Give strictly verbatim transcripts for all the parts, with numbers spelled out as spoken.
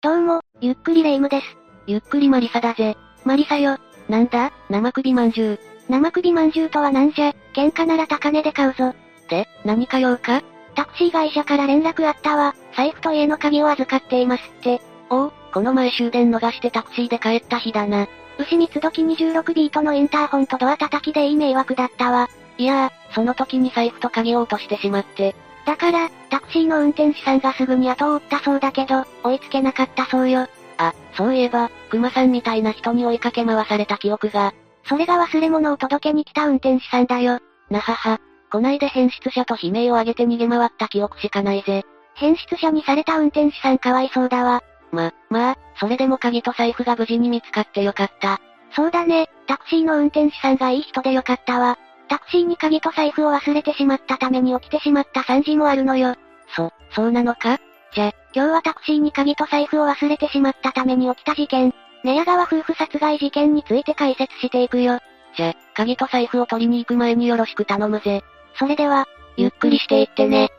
どうも、ゆっくりレ夢ムです。 ゆっくりマリサだぜ。 マリサよ。 なんだ、生首まんじゅう。 生首まんじゅうとはなんじゃ、喧嘩なら高値で買うぞ。 で、何か用か？ タクシー会社から連絡あったわ。財布と家の鍵を預かっていますって。 おお、この前終電逃してタクシーで帰った日だな。 牛三つ時にじゅうろくビートのインターホンとドア叩きでいい迷惑だったわ。 いやー、その時に財布と鍵を落としてしまって。 だから、タクシーの運転手さんがすぐに後を追ったそうだけど、追いつけなかったそうよ。 あ、そういえば、熊さんみたいな人に追いかけ回された記憶が。 それが忘れ物を届けに来た運転手さんだよ。 なはは。こないで変質者と悲鳴を上げて逃げ回った記憶しかないぜ。 変質者にされた運転手さんかわいそうだわ。 ま、まあ、それでも鍵と財布が無事に見つかってよかった。 そうだね、タクシーの運転手さんがいい人でよかったわ。タクシーに鍵と財布を忘れてしまったために起きてしまった惨事もあるのよ。 そ、そうなのか？じゃ、 今日はタクシーに鍵と財布を忘れてしまったために起きた事件、寝屋川夫婦殺害事件について解説していくよ。 じゃ、鍵と財布を取りに行く前によろしく頼むぜ。 それでは、 ゆっくりしていってね。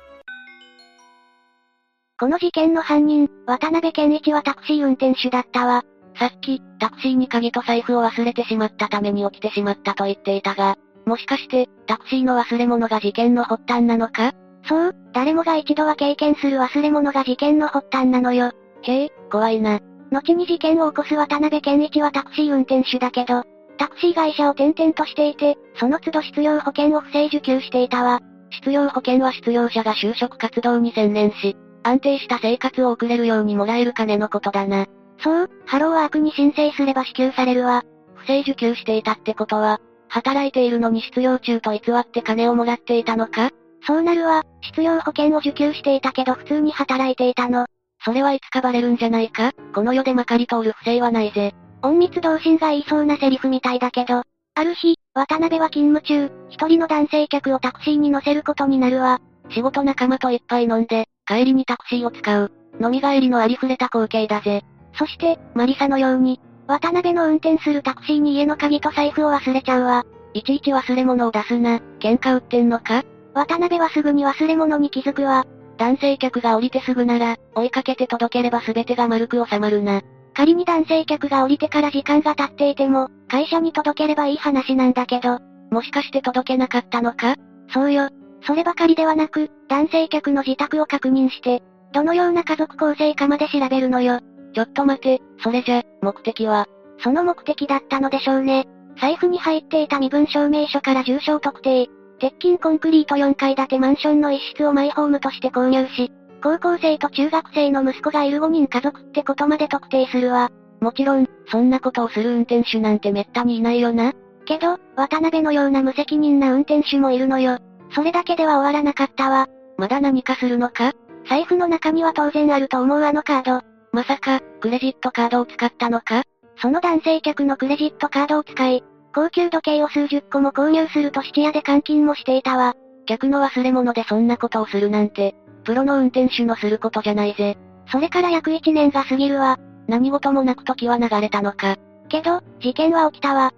この事件の犯人、渡辺健一はタクシー運転手だったわ。 さっき、タクシーに鍵と財布を忘れてしまったために起きてしまったと言っていたが、もしかして、タクシーの忘れ物が事件の発端なのか？ そう、誰もが一度は経験する忘れ物が事件の発端なのよ。 へえ、怖いな。 後に事件を起こす渡辺健一はタクシー運転手だけど、タクシー会社を転々としていて、その都度失業保険を不正受給していたわ。 失業保険は失業者が就職活動に専念し、安定した生活を送れるようにもらえる金のことだな。 そう、ハローワークに申請すれば支給されるわ。 不正受給していたってことは、働いているのに失業中と偽って金をもらっていたのか？ そうなるわ、失業保険を受給していたけど普通に働いていたの。 それはいつかバレるんじゃないか？この世でまかり通る不正はないぜ。 隠密同心が言いそうなセリフみたいだけど、ある日、渡辺は勤務中、一人の男性客をタクシーに乗せることになるわ。 仕事仲間と一杯飲んで、帰りにタクシーを使う。飲み帰りのありふれた光景だぜ。 そして、マリサのように、渡辺の運転するタクシーに家の鍵と財布を忘れちゃうわ。 いちいち忘れ物を出すな。喧嘩売ってんのか？ 渡辺はすぐに忘れ物に気づくわ。 男性客が降りてすぐなら、追いかけて届ければ全てが丸く収まるな。 仮に男性客が降りてから時間が経っていても、会社に届ければいい話なんだけど、 もしかして届けなかったのか？ そうよ。そればかりではなく、男性客の自宅を確認して、どのような家族構成かまで調べるのよ。 ちょっと待て、それじゃ、目的は？ その目的だったのでしょうね。財布に入っていた身分証明書から住所を特定。鉄筋コンクリートよんかい建てマンションの一室をマイホームとして購入し、高校生と中学生の息子がいるごにん家族ってことまで特定するわ。 もちろん、そんなことをする運転手なんてめったにいないよな。 けど、渡辺のような無責任な運転手もいるのよ。それだけでは終わらなかったわ。 まだ何かするのか？ 財布の中には当然あると思うあのカード。 まさか、クレジットカードを使ったのか？ その男性客のクレジットカードを使い、高級時計を数十個も購入すると質屋で換金もしていたわ。 客の忘れ物でそんなことをするなんて、プロの運転手のすることじゃないぜ。 それから約いちねんが過ぎるわ。 何事もなく時は流れたのか。 けど、事件は起きたわ。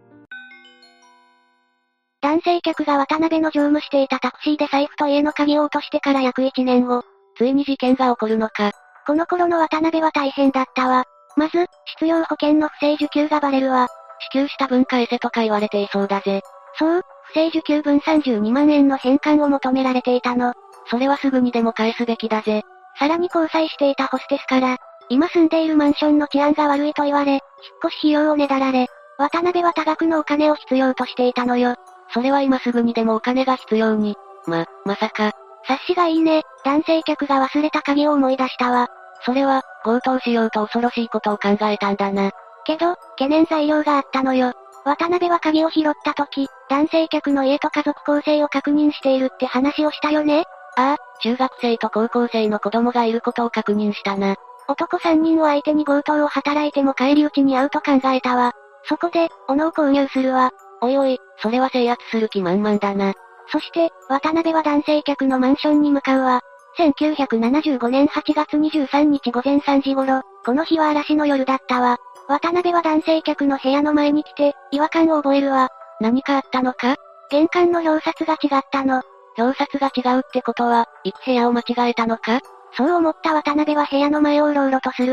男性客が渡辺の乗務していたタクシーで財布と家の鍵を落としてから約いちねんご、 ついに事件が起こるのか。 この頃の渡辺は大変だったわ。まず、失業保険の不正受給がバレるわ。 支給した分返せとか言われていそうだぜ。 そう、不正受給分さんじゅうにまんえんの返還を求められていたの。 それはすぐにでも返すべきだぜ。 さらに交際していたホステスから、今住んでいるマンションの治安が悪いと言われ、引っ越し費用をねだられ、渡辺は多額のお金を必要としていたのよ。 それは今すぐにでもお金が必要に。ま、まさか。 察しがいいね、男性客が忘れた鍵を思い出したわ。 それは、強盗しようと恐ろしいことを考えたんだな。 けど、懸念材料があったのよ。渡辺は鍵を拾った時、男性客の家と家族構成を確認しているって話をしたよね？ ああ、中学生と高校生の子供がいることを確認したな。 男さんにんを相手に強盗を働いても返り討ちに遭うと考えたわ。そこで、斧を購入するわ。 おいおい、それは制圧する気満々だな。 そして、渡辺は男性客のマンションに向かうわ。せんきゅうひゃくななじゅうごねんはちがつにじゅうさんにちごぜんさんじ頃、この日は嵐の夜だったわ。渡辺は男性客の部屋の前に来て、違和感を覚えるわ。 何かあったのか？ 玄関の表札が違ったの。 表札が違うってことは、行く部屋を間違えたのか？ そう思った渡辺は部屋の前をうろうろとするわ。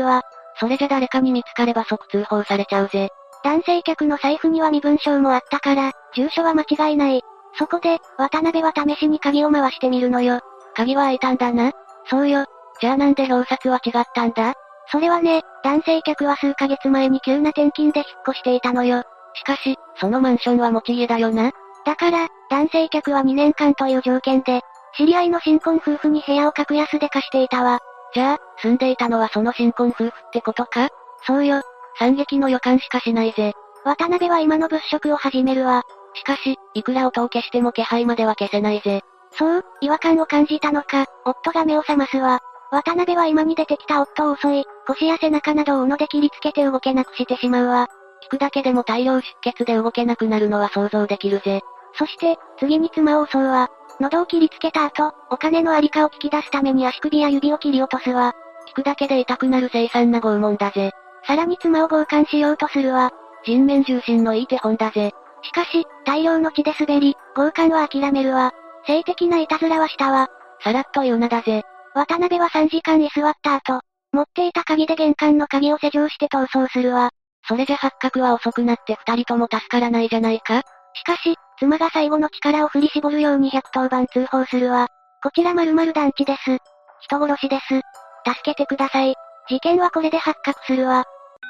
それじゃ誰かに見つかれば即通報されちゃうぜ。 男性客の財布には身分証もあったから、住所は間違いない。そこで、渡辺は試しに鍵を回してみるのよ。 鍵は開いたんだな。 そうよ。 じゃあなんで表札は違ったんだ？ それはね、男性客は数ヶ月前に急な転勤で引っ越していたのよ。 しかし、そのマンションは持ち家だよな。 だから、男性客はにねんかんという条件で、知り合いの新婚夫婦に部屋を格安で貸していたわ。 じゃあ、住んでいたのはその新婚夫婦ってことか？ そうよ。 惨劇の予感しかしないぜ。 渡辺は今の物色を始めるわ。 しかし、いくら音を消しても気配までは消せないぜ。 そう、違和感を感じたのか、夫が目を覚ますわ。渡辺は今に出てきた夫を襲い、腰や背中などを斧で切りつけて動けなくしてしまうわ。 聞くだけでも大量出血で動けなくなるのは想像できるぜ。 そして、次に妻を襲うわ。喉を切りつけた後、お金のありかを聞き出すために足首や指を切り落とすわ。 聞くだけで痛くなる凄惨な拷問だぜ。 さらに妻を強姦しようとするわ。 人面重心のいい手本だぜ。 しかし、大量の血で滑り、強姦は諦めるわ。性的ないたずらはしたわ。 さらっと言うなだぜ。 渡辺はさんじかん居座った後、持っていた鍵で玄関の鍵を施錠して逃走するわ。 それじゃ発覚は遅くなって二人とも助からないじゃないか？ しかし、妻が最後の力を振り絞るようにひゃくとおばん通報するわ。こちら〇〇団地です。人殺しです。助けてください。事件はこれで発覚するわ。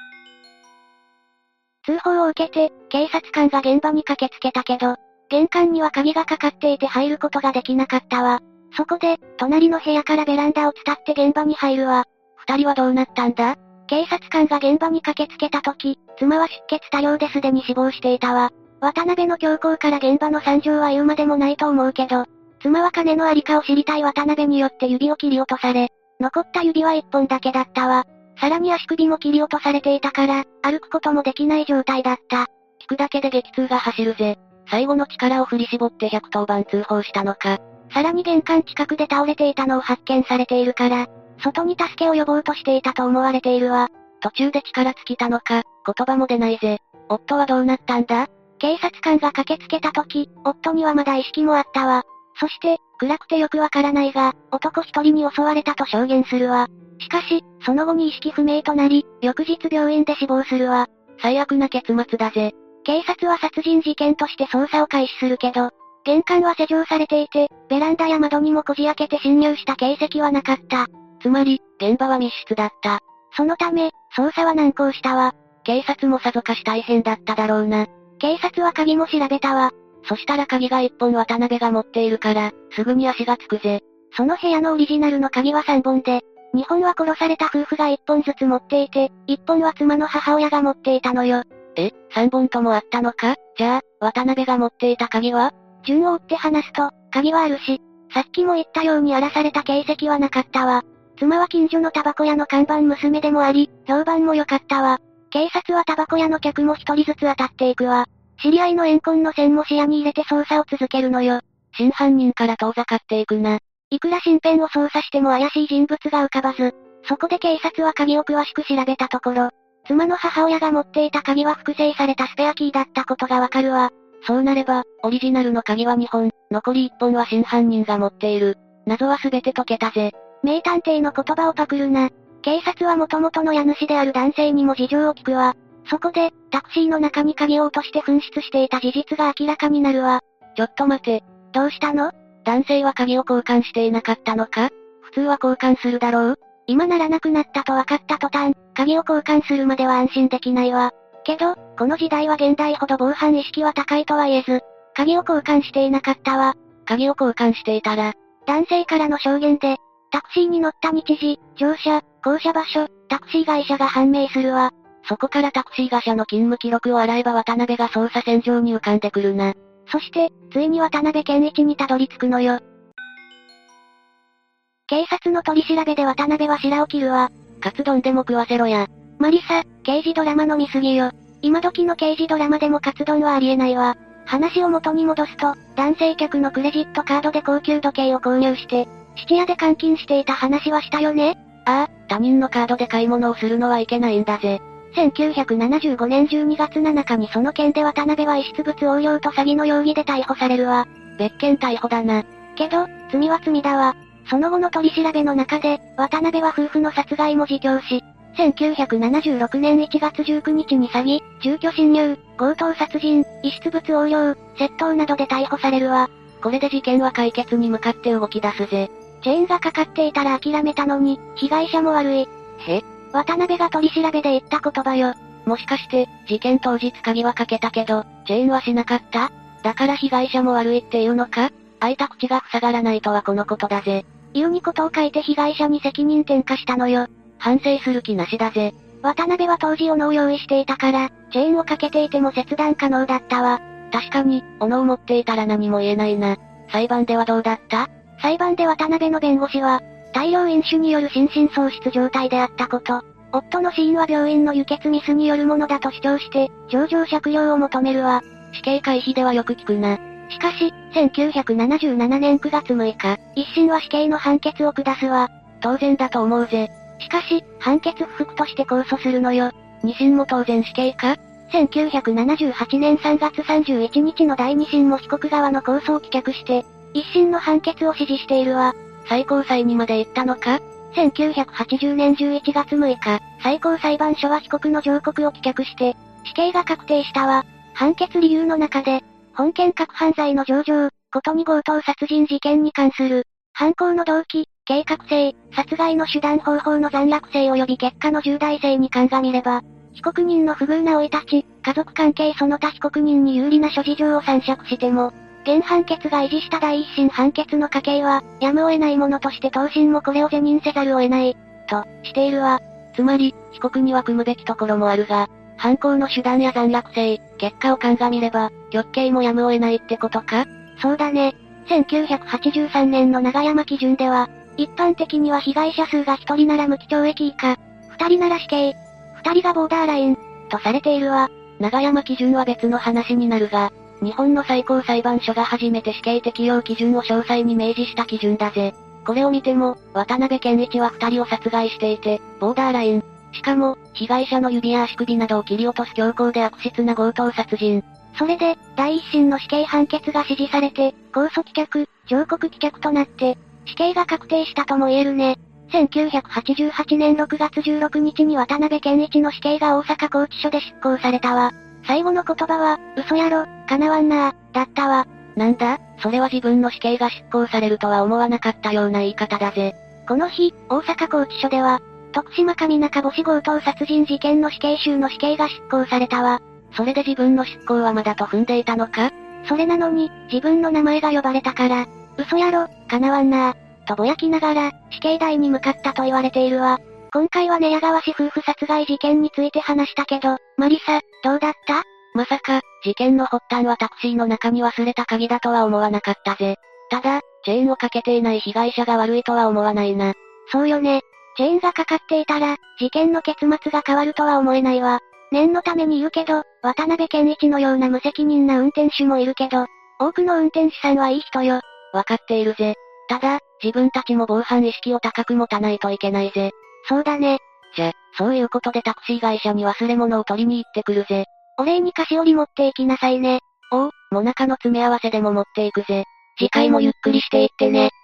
通報を受けて、警察官が現場に駆けつけたけど、玄関には鍵がかかっていて入ることができなかったわ。そこで、隣の部屋からベランダを伝って現場に入るわ。 二人はどうなったんだ？ 警察官が現場に駆けつけた時、妻は出血多量ですでに死亡していたわ。渡辺の凶行から現場の惨状は言うまでもないと思うけど、妻は金のありかを知りたい渡辺によって指を切り落とされ、残った指は一本だけだったわ。さらに足首も切り落とされていたから、歩くこともできない状態だった。 聞くだけで激痛が走るぜ。最後の力を振り絞ってひゃくとおばん通報したのか。 さらに玄関近くで倒れていたのを発見されているから、外に助けを呼ぼうとしていたと思われているわ。 途中で力尽きたのか、言葉も出ないぜ。夫はどうなったんだ？ 警察官が駆けつけた時、夫にはまだ意識もあったわ。そして、暗くてよくわからないが、男一人に襲われたと証言するわ。しかし、その後に意識不明となり、翌日病院で死亡するわ。 最悪な結末だぜ。 警察は殺人事件として捜査を開始するけど、玄関は施錠されていて、ベランダや窓にもこじ開けて侵入した形跡はなかった。 つまり、現場は密室だった。 そのため、捜査は難航したわ。 警察もさぞかし大変だっただろうな。 警察は鍵も調べたわ。 そしたら鍵が一本渡辺が持っているから、すぐに足がつくぜ。 その部屋のオリジナルの鍵はさんぼんで、にほんは殺された夫婦がいっぽんずつ持っていて、いっぽんは妻の母親が持っていたのよ。 え、さんぼんともあったのか？じゃあ、渡辺が持っていた鍵は？ 順を追って話すと、鍵はあるし、さっきも言ったように荒らされた形跡はなかったわ。妻は近所のタバコ屋の看板娘でもあり、評判も良かったわ。警察はタバコ屋の客も一人ずつ当たっていくわ。知り合いの怨恨の線も視野に入れて捜査を続けるのよ。 真犯人から遠ざかっていくな。 いくら身辺を捜査しても怪しい人物が浮かばず、そこで警察は鍵を詳しく調べたところ、妻の母親が持っていた鍵は複製されたスペアキーだったことがわかるわ。 そうなれば、オリジナルの鍵はにほん、残りいっぽんは真犯人が持っている。謎はすべて解けたぜ。 名探偵の言葉をパクるな。警察は元々の家主である男性にも事情を聞くわ。そこで、タクシーの中に鍵を落として紛失していた事実が明らかになるわ。 ちょっと待て。 どうしたの？ 男性は鍵を交換していなかったのか？普通は交換するだろう？ 今ならなくなったと分かった途端、鍵を交換するまでは安心できないわ。けど、この時代は現代ほど防犯意識は高いとは言えず、鍵を交換していなかったわ。 鍵を交換していたら、 男性からの証言で、タクシーに乗った日時、乗車、降車場所、タクシー会社が判明するわ。 そこからタクシー会社の勤務記録を洗えば渡辺が捜査線上に浮かんでくるな。 そして、ついに渡辺健一にたどり着くのよ。警察の取り調べで渡辺は白を切るわ。 カツ丼でも食わせろや。 マリサ、刑事ドラマの見過ぎよ。今時の刑事ドラマでもカツ丼はありえないわ。話を元に戻すと、男性客のクレジットカードで高級時計を購入して、質屋で監禁していた話はしたよね？ ああ、他人のカードで買い物をするのはいけないんだぜ。 せんきゅうひゃくななじゅうごねんじゅうにがつなのかにその件で渡辺は遺失物横領と詐欺の容疑で逮捕されるわ。 別件逮捕だな。 けど、罪は罪だわ。その後の取り調べの中で、渡辺は夫婦の殺害も自供し、 せんきゅうひゃくななじゅうろくねんいちがつじゅうくにちに詐欺、住居侵入、強盗殺人、遺失物横領、窃盗などで逮捕されるわ。 これで事件は解決に向かって動き出すぜ。 チェーンがかかっていたら諦めたのに、被害者も悪い。 へ？ 渡辺が取り調べで言った言葉よ。 もしかして、事件当日鍵はかけたけど、チェーンはしなかった？だから被害者も悪いっていうのか？開いた口が塞がらないとはこのことだぜ。 言うにことを書いて被害者に責任転嫁したのよ。 反省する気なしだぜ。 渡辺は当時斧を用意していたから、チェーンをかけていても切断可能だったわ。 確かに、斧を持っていたら何も言えないな。裁判ではどうだった？ 裁判で渡辺の弁護士は、大量飲酒による心神喪失状態であったこと、夫の死因は病院の輸血ミスによるものだと主張して、情状酌量を求めるわ。 死刑回避ではよく聞くな。 しかし、せんきゅうひゃくななじゅうななねんくがつむいか、一審は死刑の判決を下すわ。 当然だと思うぜ。 しかし、判決不服として控訴するのよ。 二審も当然死刑か？ せんきゅうひゃくななじゅうはちねんさんがつさんじゅういちにちのだいに審も被告側の控訴を棄却して、一審の判決を支持しているわ。 最高裁にまで行ったのか？ せんきゅうひゃくはちじゅうねんじゅういちがつむいか、最高裁判所は被告の上告を棄却して、死刑が確定したわ。判決理由の中で、本件各犯罪の上場、ことに強盗殺人事件に関する、犯行の動機、計画性、殺害の手段方法の残虐性及び結果の重大性に鑑みれば、被告人の不遇な生い立ち、家族関係その他被告人に有利な諸事情を参酌しても、現判決が維持した第一審判決の家計は、やむを得ないものとして当審もこれを是認せざるを得ない、と、しているわ。 つまり、被告には組むべきところもあるが、犯行の手段や残虐性、結果を鑑みれば、極刑もやむを得ないってことか？ そうだね。せんきゅうひゃくはちじゅうさんねんの永山基準では、一般的には被害者数が一人なら無期懲役以下、二人なら死刑、二人がボーダーライン、とされているわ。 永山基準は別の話になるが、日本の最高裁判所が初めて死刑適用基準を詳細に明示した基準だぜ。これを見ても、渡辺健一は二人を殺害していて、ボーダーライン。しかも、被害者の指や足首などを切り落とす強行で悪質な強盗殺人。 それで、第一審の死刑判決が支持されて、控訴棄却、上告棄却となって、死刑が確定したとも言えるね。せんきゅうひゃくはちじゅうはちねんろくがつじゅうろくにちに渡辺健一の死刑が大阪拘置所で執行されたわ。最後の言葉は、嘘やろ、叶わんなー、だったわ。 なんだ、それは自分の死刑が執行されるとは思わなかったような言い方だぜ。 この日、大阪拘置所では、徳島上中母子強盗殺人事件の死刑囚の死刑が執行されたわ。 それで自分の執行はまだと踏んでいたのか？ それなのに、自分の名前が呼ばれたから、嘘やろ、叶わんなー、とぼやきながら、死刑台に向かったと言われているわ。今回は寝屋川市夫婦殺害事件について話したけど、マリサ、どうだった？ まさか、事件の発端はタクシーの中に忘れた鍵だとは思わなかったぜ。ただ、チェーンをかけていない被害者が悪いとは思わないな。 そうよね。チェーンがかかっていたら、事件の結末が変わるとは思えないわ。念のために言うけど、渡辺健一のような無責任な運転手もいるけど、多くの運転手さんはいい人よ。 わかっているぜ。ただ、自分たちも防犯意識を高く持たないといけないぜ。 そうだね。 じゃ、そういうことでタクシー会社に忘れ物を取りに行ってくるぜ。 お礼に菓子折り持っていきなさいね。 おう、もなかの詰め合わせでも持っていくぜ。次回もゆっくりしていってね。